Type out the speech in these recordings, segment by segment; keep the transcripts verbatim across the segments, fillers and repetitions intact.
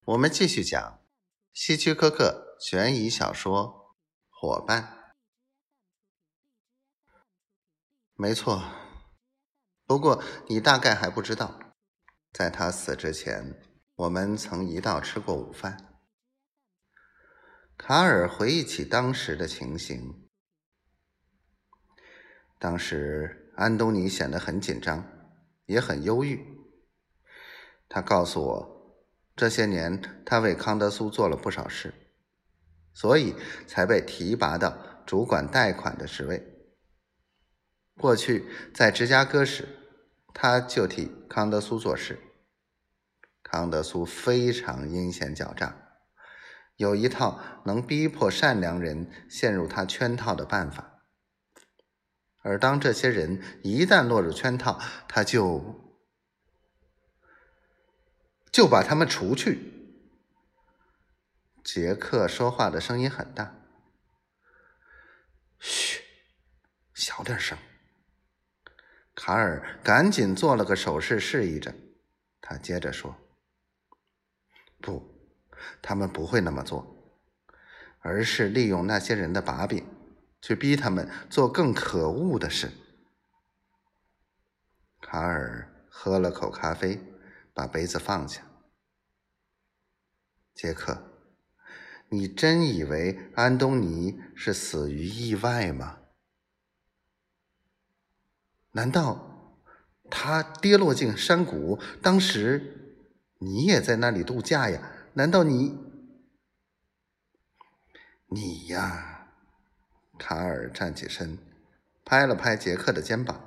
我们继续讲希区柯克悬疑小说《伙伴》。没错，不过你大概还不知道，在他死之前，我们曾一道吃过午饭。卡尔回忆起当时的情形。当时安东尼显得很紧张，也很忧郁。他告诉我，这些年他为康德苏做了不少事，所以才被提拔到主管贷款的职位。过去在芝加哥时，他就替康德苏做事。康德苏非常阴险狡诈，有一套能逼迫善良人陷入他圈套的办法。而当这些人一旦落入圈套，他就就把他们除去。杰克说话的声音很大。嘘，小点声。卡尔赶紧做了个手势示意着。他接着说，不，他们不会那么做，而是利用那些人的把柄，去逼他们做更可恶的事。卡尔喝了口咖啡，把杯子放下。杰克，你真以为安东尼是死于意外吗？难道他跌落进山谷，当时你也在那里度假呀？难道你……你呀，卡尔站起身，拍了拍杰克的肩膀。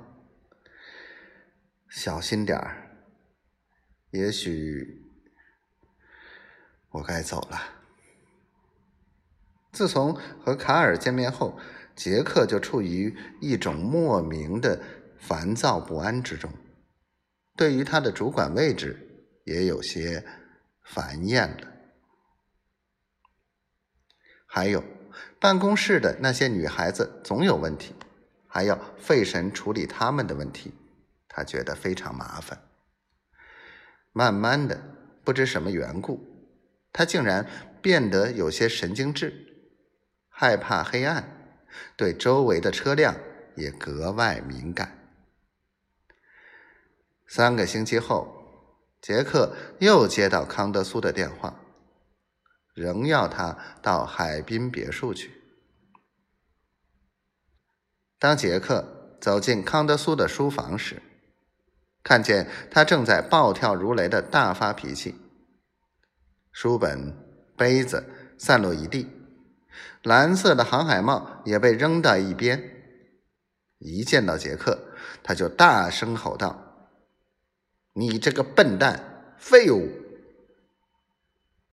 小心点儿，也许我该走了。自从和卡尔见面后，杰克就处于一种莫名的烦躁不安之中，对于他的主管位置也有些烦厌了。还有，办公室的那些女孩子总有问题，还要费神处理她们的问题，他觉得非常麻烦。慢慢的，不知什么缘故，他竟然变得有些神经质，害怕黑暗，对周围的车辆也格外敏感。三个星期后，杰克又接到康德苏的电话，仍要他到海滨别墅去。当杰克走进康德苏的书房时，看见他正在暴跳如雷的大发脾气，书本、杯子散落一地，蓝色的航海帽也被扔到一边。一见到杰克，他就大声吼道：“你这个笨蛋，废物！